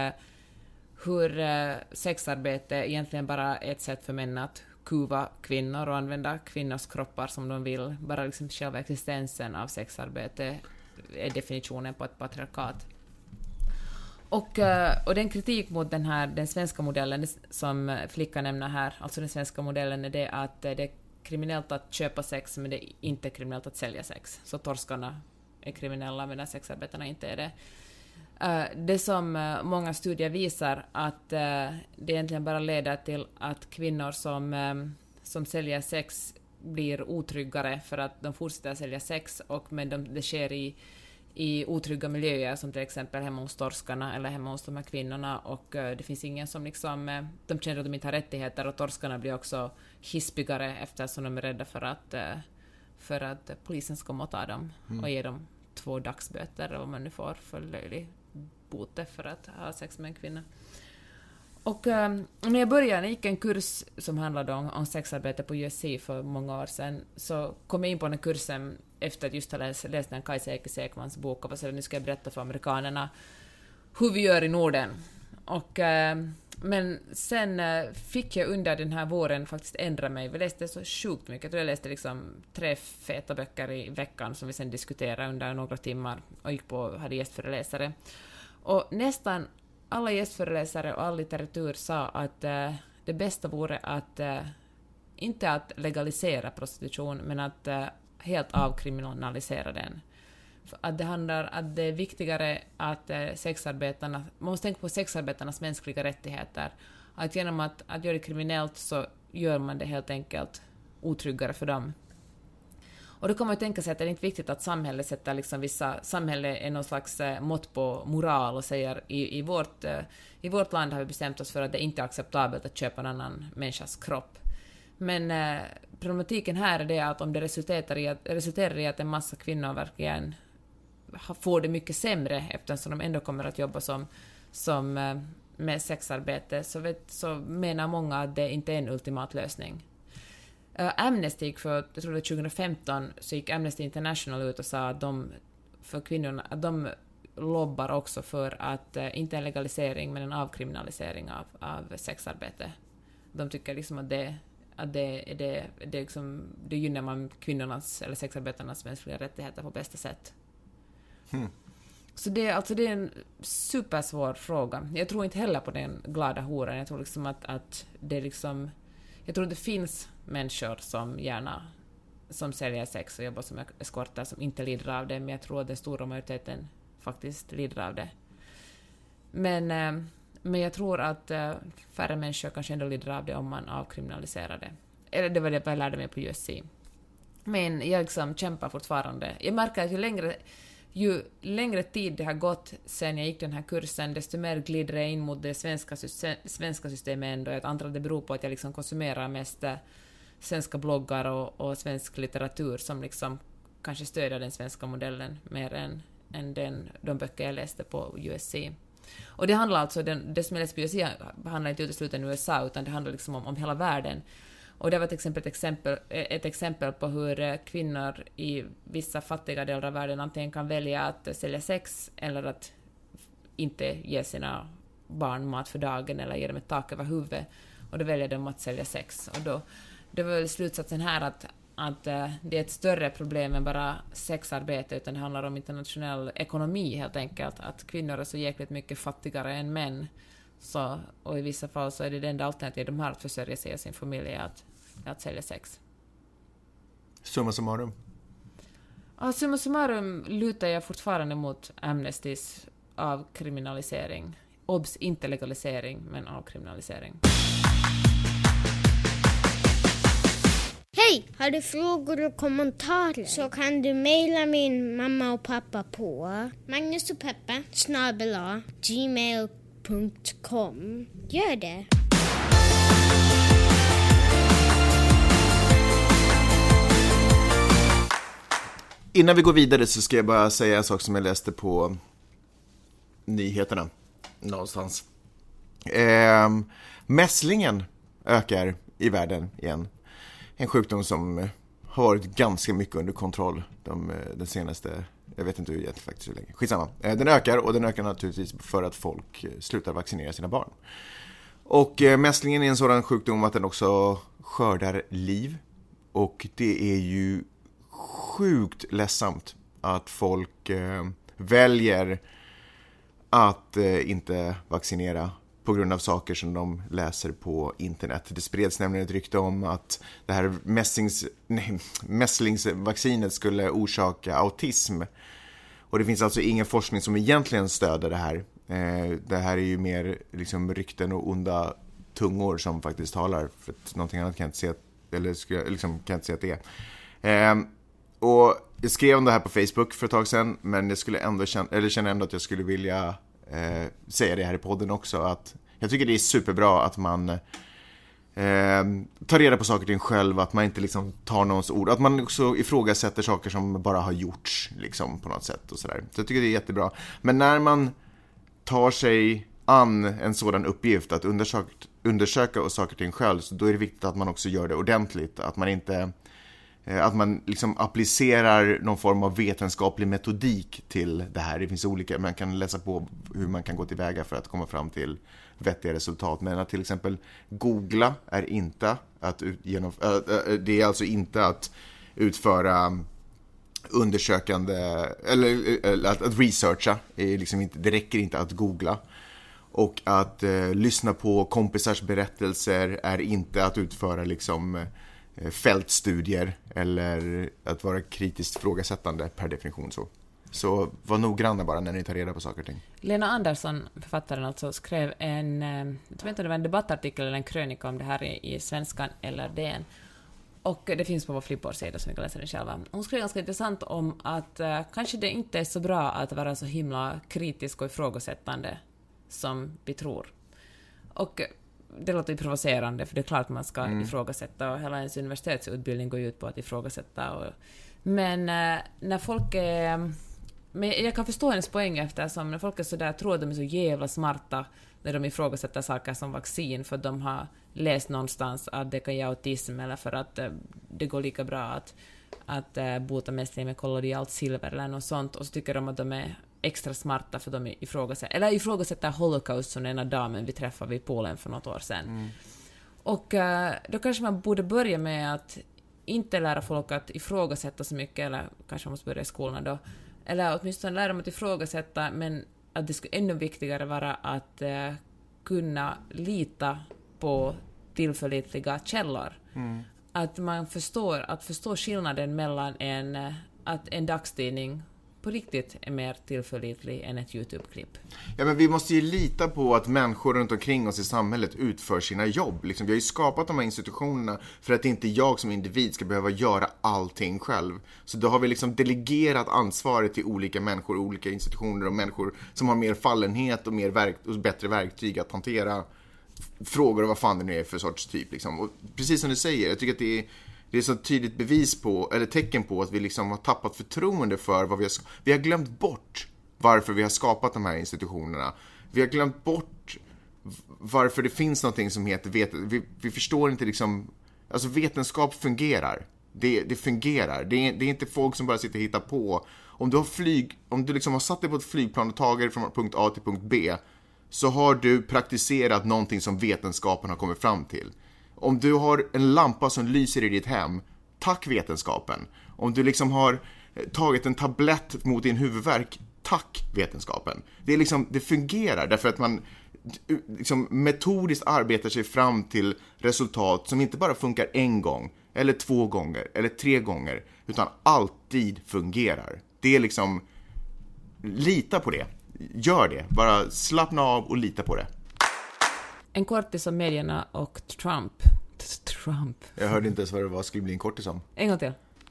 B: hur sexarbete egentligen bara är ett sätt för män att kuva kvinnor och använda kvinnors kroppar som de vill. Bara liksom själva existensen av sexarbete är definitionen på ett patriarkat. Och den kritik mot den svenska modellen som flickan nämner här, alltså den svenska modellen, är det att det är kriminellt att köpa sex men det är inte kriminellt att sälja sex. Så torskarna är kriminella medan sexarbetarna inte är det. Det som många studier visar att det egentligen bara leder till att kvinnor som säljer sex blir otryggare för att de fortsätter sälja sex, men det sker i otrygga miljöer som till exempel hemma hos torskarna eller hemma hos de här kvinnorna, och det finns ingen som liksom, de känner att de inte har rättigheter, och torskarna blir också hispigare eftersom de är rädda för att polisen ska ta dem och ge dem 2 dagsböter eller vad man nu får för löjlig bote för att ha sex med en kvinna. Och när jag gick en kurs som handlade om sexarbete på USC för många år sedan, så kom jag in på den kursen efter att just ha läst den Kajsa Ekmans bok, och så nu ska jag berätta för amerikanerna hur vi gör i Norden. Och men sen fick jag under den här våren faktiskt ändra mig. Vi läste så sjukt mycket. Jag läste liksom 3 feta böcker i veckan som vi sen diskuterade under några timmar och hade gästföreläsare. Och nästan alla gästföreläsare och all litteratur sa att det bästa vore att inte att legalisera prostitution, men att helt avkriminalisera den. Att det är viktigare att sexarbetarna, man måste tänka på sexarbetarnas mänskliga rättigheter. Att genom att göra det kriminellt så gör man det helt enkelt otryggare för dem. Och då kan man ju tänka sig att det är inte viktigt att samhället sätter liksom samhället är någon slags mått på moral och säger i vårt land har vi bestämt oss för att det inte är acceptabelt att köpa en annan människas kropp. Men problematiken här är det att om det resulterar i att en massa kvinnor verkligen får det mycket sämre eftersom de ändå kommer att jobba som med sexarbete, så menar många att det inte är en ultimat lösning. Amnesty, jag tror det 2015, så gick Amnesty International ut och sa att de lobbar också för att inte en legalisering men en avkriminalisering av sexarbete. De tycker liksom att det gynnar man kvinnornas eller sexarbetarnas mänskliga rättigheter på bästa sätt. Så det är en supersvår fråga. Jag tror inte heller på den glada horan. Jag tror liksom att det liksom... Jag tror det finns människor som säljer sex och jobbar som eskorter som inte lider av det, men jag tror att den stora majoriteten faktiskt lider av det. Men jag tror att färre människor kanske ändå lider av det om man avkriminaliserar det. Eller det var det jag lärde mig på USC. Men jag liksom kämpar fortfarande. Jag märker att ju längre tid det har gått sen jag gick den här kursen, desto mer glider jag in mot det svenska systemet ändå. Jag antar att det beror på att jag liksom konsumerar mest svenska bloggar och svensk litteratur som liksom kanske stödjer den svenska modellen mer än de böcker jag läste på USC. Och det handlar alltså, det som jag läste på USC handlar inte uteslutande om USA, utan det handlar liksom om hela världen. Och det var ett exempel på hur kvinnor i vissa fattiga delar av världen antingen kan välja att sälja sex eller att inte ge sina barn mat för dagen eller ge dem ett tak över huvudet. Och då väljer de att sälja sex. Och då det var väl slutsatsen här att det är ett större problem än bara sexarbete, utan det handlar om internationell ekonomi helt enkelt. Att kvinnor är så jäkligt mycket fattigare än män. Och i vissa fall så är det enda alternativ de har att försörja sig och sin familj att sälja sex.
A: Summa summarum?
B: Ja, summa summarum lutar jag fortfarande mot Amnestys avkriminalisering. Obs, inte legalisering, men avkriminalisering.
C: Hej! Har du frågor och kommentarer så kan du mejla min mamma och pappa på magnusochpeppa@gmail.com. Gör det!
A: Innan vi går vidare så ska jag bara säga en sak som jag läste på nyheterna någonstans. Mässlingen ökar i världen igen. En sjukdom som har varit ganska mycket under kontroll den senaste, jag vet inte hur länge. Skitsamma. Den ökar, och den ökar naturligtvis för att folk slutar vaccinera sina barn. Och mässlingen är en sådan sjukdom att den också skördar liv. Och det är ju sjukt ledsamt att folk väljer att inte vaccinera på grund av saker som de läser på internet. Det spreds nämligen ett rykte om att det här mässlingsvaccinet skulle orsaka autism. Och det finns alltså ingen forskning som egentligen stöder det här. Det här är ju mer liksom rykten och onda tungor som faktiskt talar. För att någonting annat kan jag inte se att det är. Och jag skrev om det här på Facebook för ett tag sedan, men jag skulle ändå känner ändå att jag skulle vilja säga det här i podden också, att jag tycker det är superbra att man tar reda på saker och ting själv, att man inte liksom tar någons ord, att man också ifrågasätter saker som bara har gjorts liksom, på något sätt och sådär. Så jag tycker det är jättebra. Men när man tar sig an en sådan uppgift att undersöka och saker och ting själv, så då är det viktigt att man också gör det ordentligt, att man inte liksom applicerar någon form av vetenskaplig metodik till det här. Det finns olika, man kan läsa på hur man kan gå tillväga för att komma fram till vettiga resultat. Men att till exempel googla är inte att det är alltså inte att utföra undersökande eller att researcha är liksom inte, det räcker inte att googla. Och att lyssna på kompisars berättelser är inte att utföra liksom fältstudier eller att vara kritiskt frågasättande per definition. Så var noggranna bara när ni tar reda på saker och ting.
B: Lena Andersson, författaren alltså, skrev jag tror inte det var en debattartikel eller en krönika om det här i Svenskan eller DN. Och det finns på vår Flipboard-sida som vi kan läsa den själva. Hon skrev ganska intressant om att kanske det inte är så bra att vara så himla kritisk och ifrågasättande som vi tror. Och det låter ju provocerande, för det är klart man ska ifrågasätta, och hela ens universitetsutbildning går ut på att ifrågasätta. Men när folk är... Men jag kan förstå hennes poäng, eftersom när folk är så där, tror att de är så jävla smarta när de ifrågasätter saker som vaccin för att de har läst någonstans att det kan ge autism, eller för att det går lika bra att bota mässling med kollodialt silver eller något sånt, och så tycker de att de är extra smarta för de ifrågasätter Holocaust, som den här damen vi träffade vid Polen för något år sedan. Och då kanske man borde börja med att inte lära folk att ifrågasätta så mycket, eller kanske man måste börja i skolorna då, eller åtminstone lära dem att ifrågasätta, men att det skulle ännu viktigare vara att kunna lita på tillförlitliga källor. Att man förstår skillnaden mellan att en dagstidning på riktigt är mer tillförlitlig än ett YouTube-klipp.
A: Ja, men vi måste ju lita på att människor runt omkring oss i samhället utför sina jobb. Liksom, vi har ju skapat de här institutionerna för att inte jag som individ ska behöva göra allting själv. Så då har vi liksom delegerat ansvaret till olika människor, olika institutioner och människor som har mer fallenhet och och bättre verktyg att hantera frågor och vad fan det nu är för sorts typ. Liksom. Och precis som du säger, jag tycker att det är så tydligt bevis på, eller tecken på, att vi liksom har tappat förtroende för vad vi har glömt bort varför vi har skapat de här institutionerna. Vi har glömt bort varför det finns någonting som heter vi förstår inte liksom, alltså vetenskap fungerar. Det fungerar. Det är inte folk som bara sitter och hittar på. Om du liksom har satt dig på ett flygplan och tagit från punkt A till punkt B, så har du praktiserat någonting som vetenskapen har kommit fram till. Om du har en lampa som lyser i ditt hem, tack vetenskapen. Om du liksom har tagit en tablett mot din huvudvärk, tack vetenskapen. Det fungerar därför att man liksom metodiskt arbetar sig fram till resultat som inte bara funkar en gång, eller 2 gånger, eller 3 gånger, utan alltid fungerar. Det är liksom, lita på det. Gör det. Bara slappna av och lita på det.
B: En kortis om medierna och Trump.
A: Jag hörde inte ens vad det var skulle bli en kortis om.
B: En gång till.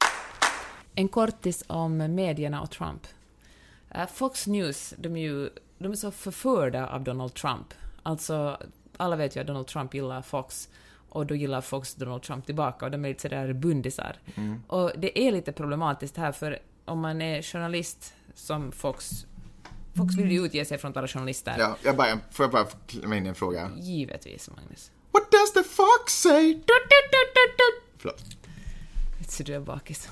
B: En kortis om medierna och Trump. Fox News, de är så förförda av Donald Trump. Alltså, alla vet ju att Donald Trump gillar Fox, och då gillar Fox Donald Trump tillbaka, och de är lite sådär bundisar. Och det är lite problematiskt här, för om man är journalist som Fox vill ju utge sig från alla journalister.
A: Ja, får jag bara klämma in en fråga?
B: Givetvis, Magnus.
A: What does the fox say? Förlåt.
B: Så du är bakis.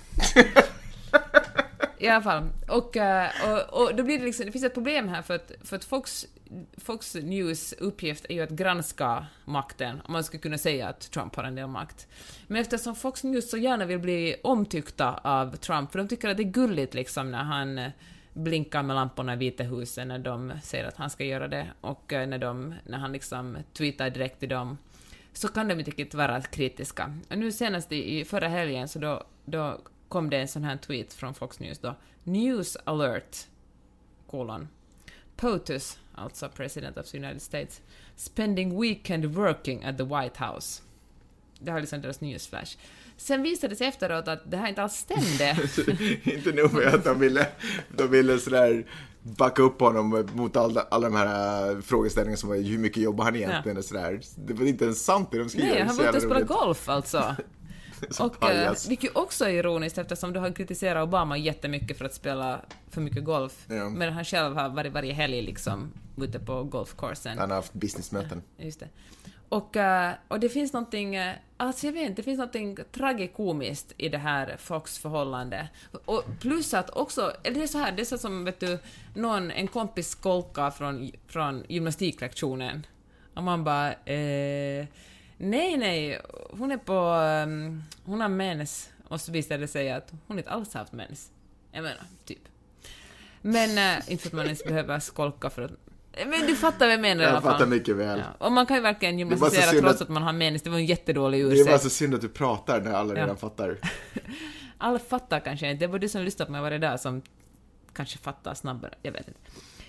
B: I alla fall. Och då blir det liksom, det finns ett problem här, för att Fox News uppgift är ju att granska makten, om man skulle kunna säga att Trump har en del makt. Men eftersom Fox News så gärna vill bli omtyckta av Trump, för de tycker att det är gulligt liksom när han blinkar med lamporna i Vita huset när de säger att han ska göra det, och när han liksom tweetar direkt till dem, så kan de inte riktigt vara kritiska. Och nu senast i förra helgen, så då kom det en sån här tweet från Fox News då. News alert, : POTUS, alltså President of the United States, spending weekend working at the White House. Det har liksom deras newsflash. Sen visade det sig efteråt att det här inte alls stämde.
A: Inte nog med att de ville sådär backa upp honom mot alla de här frågeställningarna som var hur mycket jobbar han egentligen och sådär. Det var inte ens sant det de skrev.
B: Nej, han var ute och spela golf alltså. Och vilket också är ironiskt, eftersom du har kritiserat Obama jättemycket för att spela för mycket golf. Ja. Men han själv har varje helg liksom ute på golfkursen.
A: Han har haft businessmöten.
B: Just det. Och det finns någonting, alltså jag vet inte, det finns någonting tragikomiskt i det här Fox-förhållande. Och plus att också, eller det är så som, vet du, en kompis skolkar från gymnastiklektionen. Och man bara, nej, hon har mens. Och så visade det sig att hon inte alls haft mens. Jag menar, typ. Men inte för att man ens behöver skolka för att... Men du fattar vad jag menar i alla fall.
A: Jag fattar mycket väl.
B: Ja. Och man kan ju verkligen gymnastisera trots att man har mens. Det var en jättedålig ursäkt.
A: Det är bara så synd att du pratar när alla redan fattar.
B: Alla fattar kanske inte. Det var du som lyssnade på mig varje dag som kanske fattar snabbare. Jag vet inte.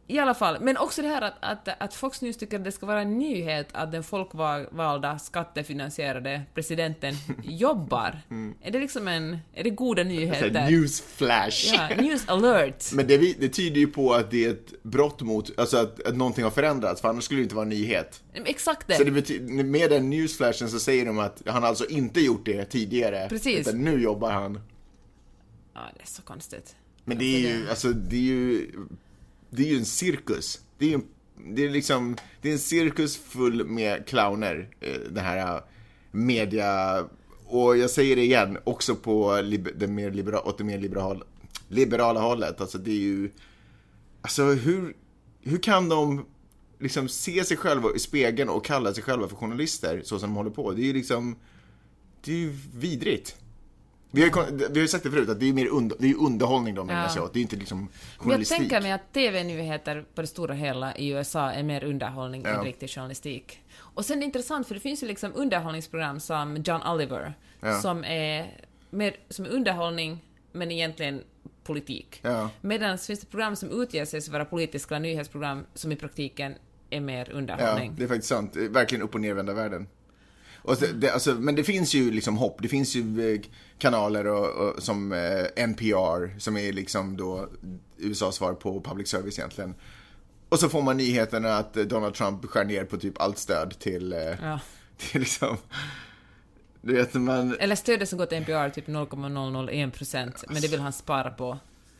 B: I alla fall, men också det här att Fox News tycker att det ska vara en nyhet att den folkvalda skattefinansierade presidenten jobbar. Är det liksom är det goda nyheter?
A: News flash.
B: Ja, news alert.
A: Men det tyder ju på att det är ett brott mot, alltså att någonting har förändrats, för annars skulle det inte vara en nyhet.
B: Exakt det.
A: Så med den newsflashen så säger de att han alltså inte gjort det tidigare.
B: Precis.
A: Utan nu jobbar han.
B: Ja, det är så konstigt.
A: Men det är ju, alltså det är ju en cirkus. Det är en cirkus full med clowner. Det här media, och jag säger det igen, också på åt det mer liberala hållet. Alltså det är ju, alltså hur kan de liksom se sig själva i spegeln och kalla sig själva för journalister så som de håller på? Det är ju liksom, det är ju vidrigt. Vi har ju sagt det förut att det är mer det är underhållning de ägnar sig åt. Det är inte liksom journalistik.
B: Jag tänker mig att TV-nyheter på det stora hela i USA är mer underhållning än riktig journalistik. Och sen är det intressant för det finns ju liksom underhållningsprogram som John Oliver som är underhållning men egentligen politik. Medan finns det program som utger sig att vara politiska nyhetsprogram som i praktiken är mer underhållning.
A: Ja, det är faktiskt sant. Det är verkligen upp- och nervända världen. Och men det finns ju liksom hopp. Det finns ju kanaler och som NPR som är liksom då USAs svar på public service egentligen. Och så får man nyheterna att Donald Trump skär ner på typ allt stöd till liksom, du vet man.
B: Eller stödet som går till NPR typ 0,001%, men det vill han spara på.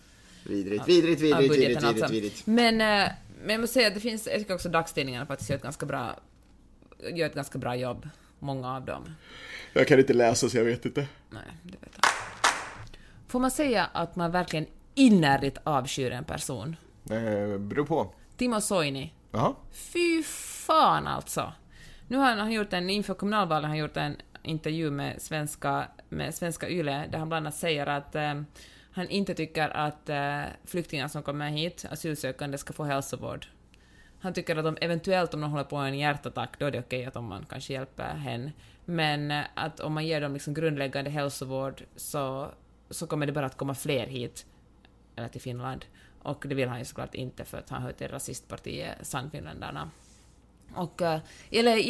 B: Vidrigt. Men jag måste säga att det finns, jag tycker också dagstidningarna faktiskt gör ett ganska bra jobb. Många av dem.
A: Jag kan inte läsa så jag vet inte.
B: Nej, det vet jag. Får man säga att man verkligen innerligt avskyr en person?
A: Beror på.
B: Timo Soini.
A: Jaha.
B: Fy fan alltså. Nu har han gjort inför kommunalvalen har han gjort en intervju med svenska YLE där han bland annat säger att han inte tycker att flyktingar som kommer hit, asylsökande, ska få hälsovård. Han tycker att om de håller på en hjärtattack, då är det okej att om man kanske hjälper henne. Men att om man ger dem liksom grundläggande hälsovård så kommer det bara att komma fler hit, eller till Finland. Och det vill han ju såklart inte för att han hör till rasistpartiet Sannfinländarna. Och i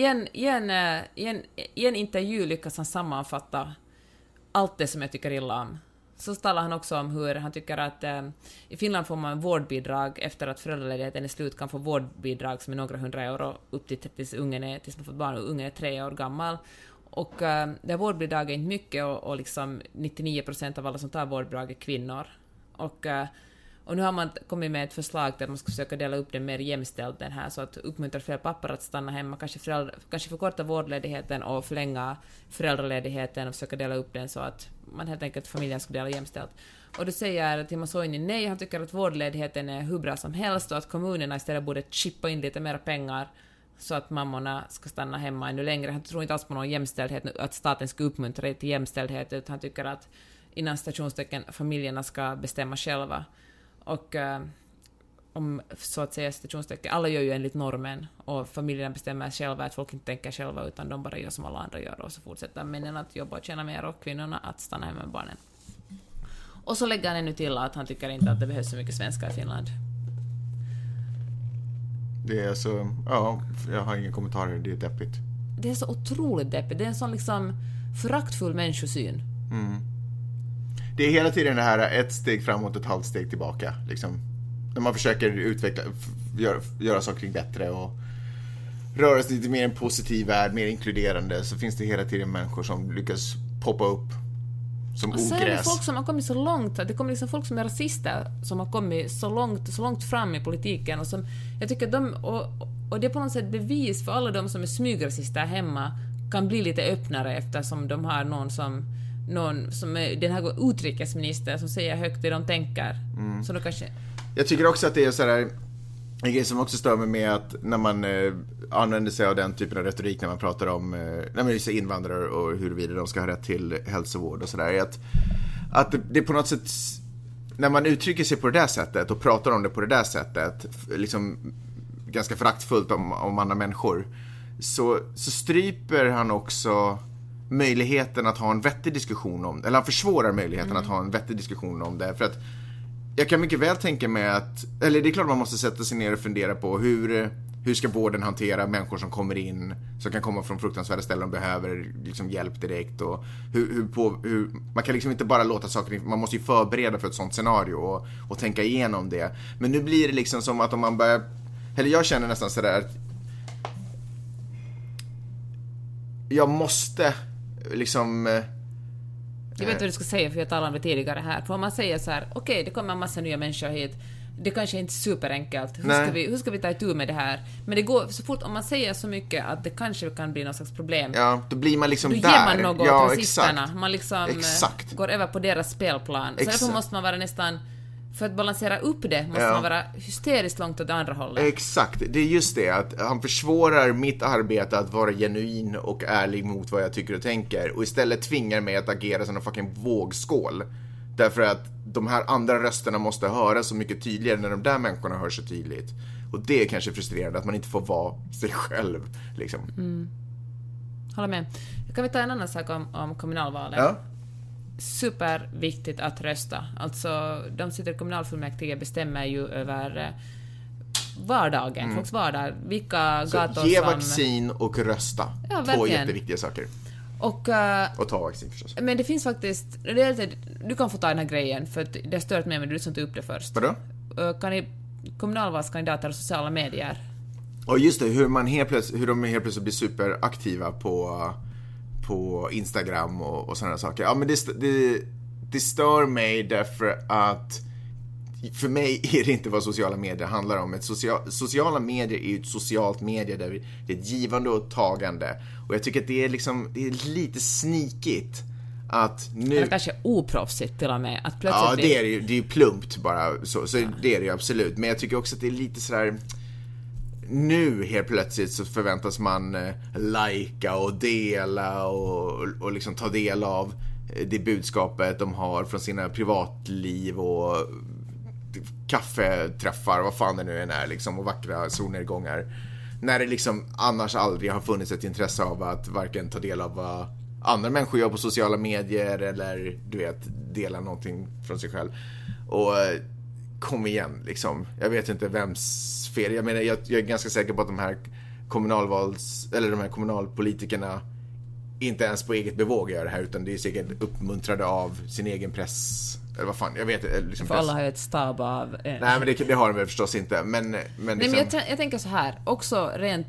B: en intervju lyckas han sammanfatta allt det som jag tycker illa om. Så talar han också om hur han tycker att i Finland får man vårdbidrag efter att föräldraledigheten är slut, kan få vårdbidrag som är några 100 euro upp till tills man fått barn och ungen är 3 år gammal. Och det här vårdbidraget är inte mycket och liksom 99% av alla som tar vårdbidrag är kvinnor. Och nu har man kommit med ett förslag där man ska försöka dela upp det mer jämställt den här, så att uppmuntra fler pappor att stanna hemma, kanske förkorta vårdledigheten och förlänga föräldraledigheten och försöka dela upp den så att man helt enkelt familjen ska dela jämställt. Och då säger Timo Soini nej, han tycker att vårdledigheten är hur bra som helst och att kommunerna istället borde chippa in lite mer pengar så att mammorna ska stanna hemma ännu längre. Han tror inte alls på någon jämställdhet, att staten ska uppmuntra till jämställdhet, utan han tycker att innan stationstecken familjerna ska bestämma själva. Och om så att säga stationstecken, alla gör ju enligt normen och familjerna bestämmer själva, att folk inte tänker själva utan de bara gör som alla andra gör, och så fortsätter männen att jobba och tjäna mer och kvinnorna att stanna hemma med barnen. Och så lägger han ännu till att han tycker inte att det behövs så mycket svenskar i Finland.
A: Det är så, ja, jag har inga kommentarer, det är deppigt.
B: Det är så otroligt deppigt, det är en sån liksom föraktfull människosyn.
A: Det är hela tiden det här ett steg framåt, ett halvt steg tillbaka liksom. När man försöker utveckla, göra saker kring bättre och röra sig lite mer i en positiv värld, mer inkluderande, så finns det hela tiden människor som lyckas poppa upp som ogräs. Och sen är det
B: folk som har kommit så långt, det kommer liksom folk som är rasister som har kommit så långt fram i politiken, och som jag tycker och det är på något sätt bevis för alla de som är smygrasister hemma kan bli lite öppnare eftersom de har någon som är den här utrikesminister som säger högt det de tänker. Så då kanske... Jag
A: tycker också att det är så här en grej som också stör mig med att när man använder sig av den typen av retorik när man pratar om när man är invandrare och huruvida de ska ha rätt till hälsovård och sådär, att det på något sätt, när man uttrycker sig på det där sättet och pratar om det på det där sättet liksom ganska föraktfullt om andra människor, så stryper han också möjligheten att ha en vettig diskussion om det, eller han försvårar möjligheten att ha en vettig diskussion om det, för att jag kan mycket väl tänka mig att, eller det är klart man måste sätta sig ner och fundera på hur ska vården hantera människor som kommer in, som kan komma från fruktansvärda ställen och behöver liksom hjälp direkt, och hur man kan liksom inte bara låta saker, man måste ju förbereda för ett sånt scenario och tänka igenom det. Men nu blir det liksom som att om man börjar, eller jag känner nästan sådär att jag måste liksom...
B: Jag vet vad du ska säga, för jag talade om det tidigare här. För om man säger så här, okej, det kommer en massa nya människor hit. Det kanske inte är superenkelt. Hur ska vi ta itu med det här? Men det går så fort, om man säger så mycket att det kanske kan bli något slags problem.
A: Ja, då blir man liksom
B: då
A: där.
B: Då ger man något åt rasisterna.
A: Exakt.
B: Man liksom går över på deras spelplan. Så därför måste man vara nästan... För att balansera upp det måste man vara hysteriskt långt åt det andra hållet.
A: Exakt, det är just det. Att han försvårar mitt arbete att vara genuin och ärlig mot vad jag tycker och tänker. Och istället tvingar mig att agera som en fucking vågskål. Därför att de här andra rösterna måste höras så mycket tydligare när de där människorna hör så tydligt. Och det är kanske frustrerande att man inte får vara sig själv. Liksom.
B: Håller med. Kan vi ta en annan sak om kommunalvalet?
A: Ja.
B: Superviktigt att rösta. Alltså, de sitter i kommunalfullmäktige bestämmer ju över vardagen, folks vardag. Vilka gator
A: ge
B: som...
A: vaccin och rösta.
B: Ja,
A: 2
B: verkligen.
A: jätteviktiga saker.
B: Och
A: ta vaccin förstås.
B: Men det finns faktiskt... Du kan få ta den här grejen, för att det har stört mig, men du som tog upp det först.
A: Vadå?
B: Kommunalvalskandidater och sociala medier.
A: Och just det, hur de helt plötsligt blir superaktiva på Instagram och sådana saker. Ja, men det stör mig därför att för mig är det inte vad sociala medier handlar om. Sociala medier är ju ett socialt medie där det är ett givande och tagande. Och jag tycker att det är lite sneakigt att nu...
B: Eller kanske oproffsigt till och med. Att plötsligt
A: ja, det är ju plumpt bara. Så det är det ju absolut. Men jag tycker också att det är lite sådär... Nu helt plötsligt så förväntas man lajka och dela och liksom ta del av det budskapet de har från sina privatliv och kaffeträffar, vad fan det nu än är liksom, och vackra solnedgångar. När det liksom annars aldrig har funnits ett intresse av att varken ta del av vad andra människor gör på sociala medier eller du vet, dela någonting från sig själv. Och kom igen liksom. Jag vet inte vems fel. Jag menar, jag är ganska säker på att de här kommunalpolitikerna inte ens på eget bevåg gör det här, utan det är säkert uppmuntrade av sin egen press. Eller vad fan, jag vet liksom.
B: För alla har ju ett stab av...
A: Nej, men det har de väl förstås inte. Men
B: Nej,
A: liksom...
B: men jag tänker så här, också rent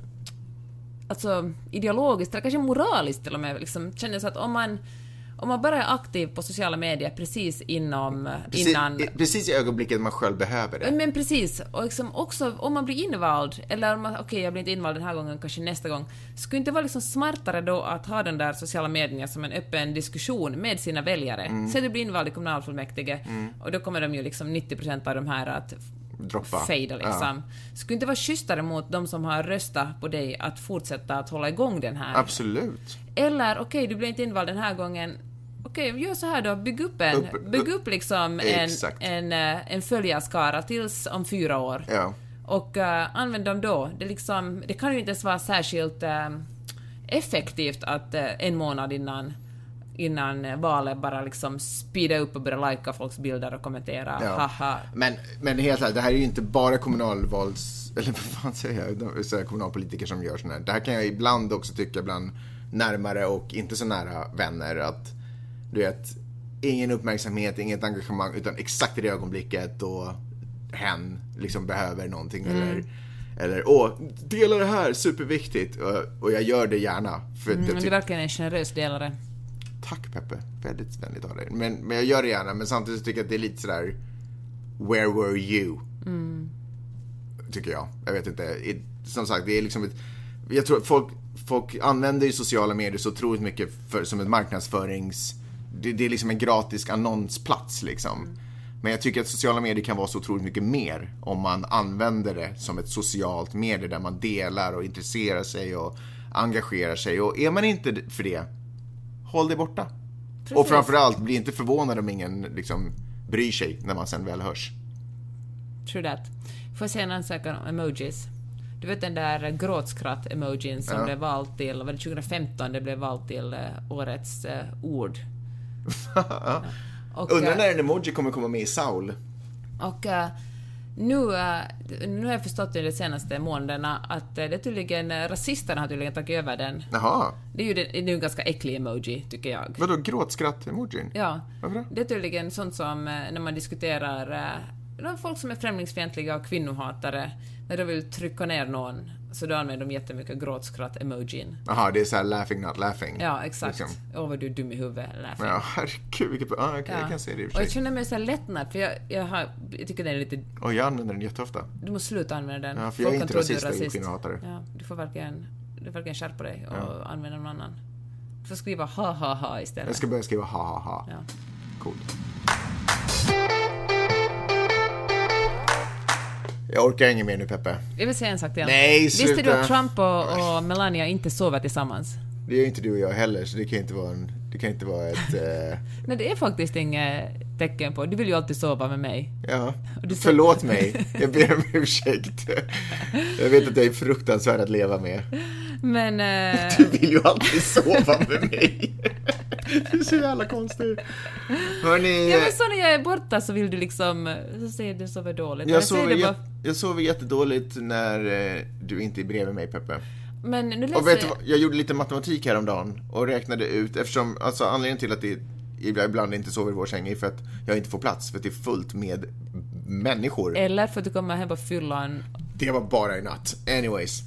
B: alltså ideologiskt eller kanske moraliskt till och med, liksom, känner så att om man bara är aktiv på sociala medier precis innan...
A: Precis i ögonblicket man själv behöver det.
B: Men precis, och liksom också om man blir invald, eller om man, okej, jag blir inte invald den här gången, kanske nästa gång, skulle inte vara liksom smartare då att ha den där sociala medierna som en öppen diskussion med sina väljare. Så du blir invald i kommunalfullmäktige, och då kommer de ju liksom 90% av de här att
A: droppa.
B: Fejda liksom. Ja. Skulle inte vara schysstare mot de som har röstat på dig att fortsätta att hålla igång den här?
A: Absolut.
B: Eller, okej, du blir inte invald den här gången. Okej, gör så här då. Bygg upp liksom en följarskara tills om 4 år.
A: Ja.
B: Och använd dem då. Det kan ju inte ens vara särskilt effektivt att en månad innan valet bara liksom speeda upp och börja likea folks bilder och kommentera.
A: Ja.
B: Haha.
A: Men helt ärligt, det här är ju inte bara kommunalvals... Eller vad fan säger jag? Kommunalpolitiker som gör sån här. Det här kan jag ibland också tycka bland närmare och inte så nära vänner att du vet, ingen uppmärksamhet, inget engagemang, utan exakt i det ögonblicket då hen liksom behöver någonting eller dela det här, superviktigt, och jag gör det gärna för
B: men det är verkligen en generös delare.
A: Tack Peppe, väldigt vänligt av dig, men jag gör det gärna, men samtidigt tycker jag att det är lite sådär where were you? Tycker jag vet inte, som sagt, det är liksom jag tror att folk använder ju sociala medier så otroligt mycket som ett marknadsförings... Det är liksom en gratis annonsplats liksom. Men jag tycker att sociala medier kan vara så otroligt mycket mer om man använder det som ett socialt medie där man delar och intresserar sig och engagerar sig. Och är man inte för det, håll det borta. Precis. Och framförallt, bli inte förvånad om ingen liksom bryr sig när man sen väl hörs.
B: True that. Får jag säga en ansökan om emojis? Du vet den där gråtskratt-emojin som blev vald till, var det 2015 det blev vald till årets ord.
A: Och, undrar när en emoji kommer komma med i Saul.
B: Och nu har jag förstått i de senaste månaderna att det tydligen, rasisterna har tydligen tagit över den.
A: Jaha.
B: Det är ju en ganska äcklig emoji, tycker jag.
A: Vadå, gråtskratt-emojin?
B: Ja.
A: Varför det?
B: Det är tydligen sånt som när man diskuterar folk som är främlingsfientliga och kvinnohatare, när de vill trycka ner någon, så då använder de jättemycket gråtskratt-emojin.
A: Jaha, det är så här laughing not laughing.
B: Ja, exakt.
A: Liksom.
B: Vad du är dum i huvudet, laughing.
A: Ja, herregud, vilket... Okay, jag kan se det i och för
B: Och
A: sig.
B: jag känner mig så här lättnad, för jag tycker den är lite...
A: Och jag använder den jätteofta.
B: Du måste sluta använda den.
A: Ja, för jag är
B: Folk
A: inte
B: kan tro att du
A: rasist, jag är kvinnohatare.
B: Ja, du får verkligen skärpa dig och använda någon annan. Du får skriva ha ha ha istället.
A: Jag ska börja skriva ha ha ha.
B: Ja.
A: Coolt. Jag orkar inget mer nu, Peppe.
B: Jag vill säga en sak till.
A: Nej, sluta.
B: Visste du att Trump och Melania inte sover tillsammans?
A: Det gör inte du och jag heller, så det kan inte vara ett...
B: Nej, det är faktiskt inget tecken på. Du vill ju alltid sova med mig.
A: Ja, förlåt mig. Jag ber om ursäkt. Jag vet att jag är fruktansvärd att leva med.
B: Men...
A: Du vill ju alltid sova med mig. Det är så jävla konstigt. Hörrni...
B: Ja, men så när jag är borta så vill du liksom... Så säger du sover dåligt.
A: Jag sover jättedåligt när du inte är bredvid mig, Peppe.
B: Men nu läser...
A: Och vet du vad, jag gjorde lite matematik häromdagen och räknade ut, eftersom, alltså anledningen till att det ibland inte sover i vår säng är för att jag inte får plats, för att det är fullt med människor.
B: Eller för att du kommer hem på fyllan.
A: Det var bara i natt. Anyways.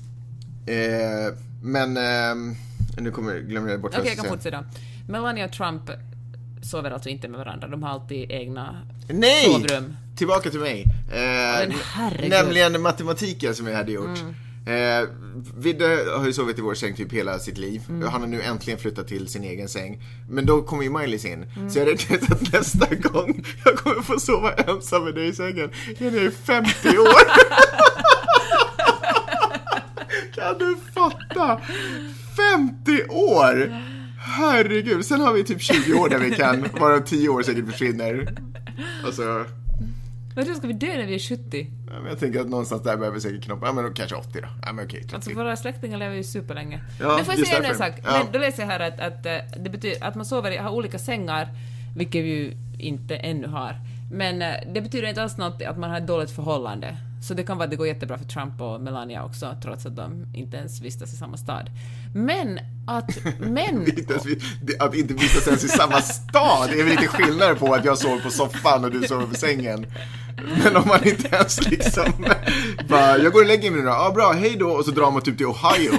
A: Nu glömmer jag bort.
B: Okej, jag kan fortsätta. Melania och Trump sover alltså inte med varandra. De har alltid egna sovrum.
A: Tillbaka till mig. Nämligen matematiken som jag hade gjort. Vidde har ju sovit i vår säng typ hela sitt liv. Han har nu äntligen flyttat till sin egen säng. Men då kommer ju Miley in. Så jag räknar att nästa gång jag kommer få sova ensam med dig i sängen när jag är 50 år. Kan du fatta? 50 år! Herregud, sen har vi typ 20 år där vi kan, vara 10 år säkert försvinner. Alltså...
B: Men då ska vi dö när vi är 70?
A: Ja, men jag tänker att någonstans där behöver vi säkert knoppa. Ja, men då kanske 80 då. Ja, men okej, 30.
B: Alltså våra släktingar lever ju superlänge.
A: Ja,
B: men får jag säga en sak?
A: Ja.
B: Men då läser jag här att det betyder att man har olika sängar, vilket vi ju inte ännu har. Men det betyder inte alls något att man har ett dåligt förhållande. Så det kan vara att det går jättebra för Trump och Melania också, trots att de inte ens vistas i samma stad. Men att
A: att inte vistas ens i samma stad är väl lite skillnad på att jag sover på soffan och du sover på sängen. Men om man inte ens liksom bara, jag går och lägger mig nu då. Ja, bra, hej då. Och så drar man typ till Ohio.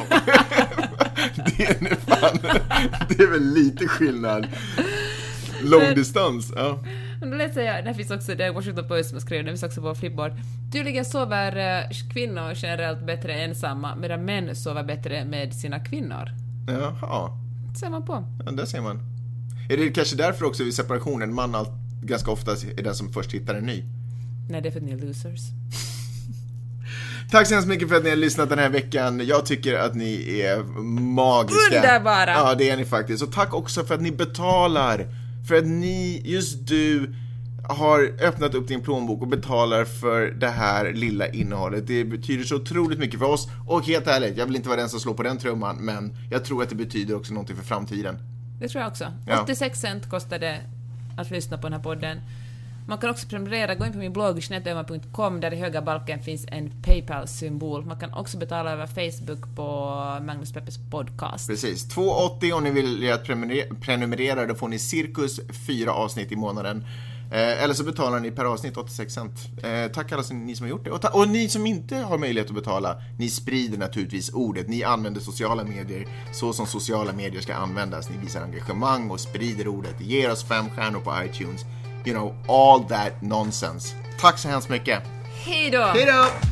A: Det är väl lite skillnad. Långdistans, ja.
B: Men då läser jag, det finns också, det är Washington Post som skrev, det finns också på Flipboard. Tydligen sover kvinnor generellt bättre ensamma, medan män sover bättre med sina kvinnor.
A: Jaha.
B: Det ser man på.
A: Ja, det ser man. Är det kanske därför också vid separationen man ganska ofta är den som först hittar en ny?
B: Nej, det är för att ni är losers.
A: Tack så hemskt mycket för att ni har lyssnat den här veckan. Jag tycker att ni är magiska.
B: Underbara!
A: Ja, det är ni faktiskt. Och tack också för att ni betalar. För att ni, just du, har öppnat upp din plånbok och betalar för det här lilla innehållet. Det betyder så otroligt mycket för oss. Och helt ärligt, jag vill inte vara den som slår på den trumman, men jag tror att det betyder också någonting för framtiden.
B: Det tror jag också.
A: Ja.
B: 86 cent kostar det att lyssna på den här podden. Man kan också prenumerera, gå in på min blogg snettöma.com, där i höga balken finns en PayPal-symbol. Man kan också betala över Facebook på Magnus Peppes podcast.
A: Precis, 2,80 om ni vill att prenumerera, då får ni cirkus 4 avsnitt i månaden. Eller så betalar ni per avsnitt 86 cent. Tack alla ni som har gjort det. Och ni som inte har möjlighet att betala, ni sprider naturligtvis ordet. Ni använder sociala medier så som sociala medier ska användas. Ni visar engagemang och sprider ordet. Ger oss 5 stjärnor på iTunes. You know, all that nonsense. Tack så hemskt mycket.
B: Hej då!
A: Hej då!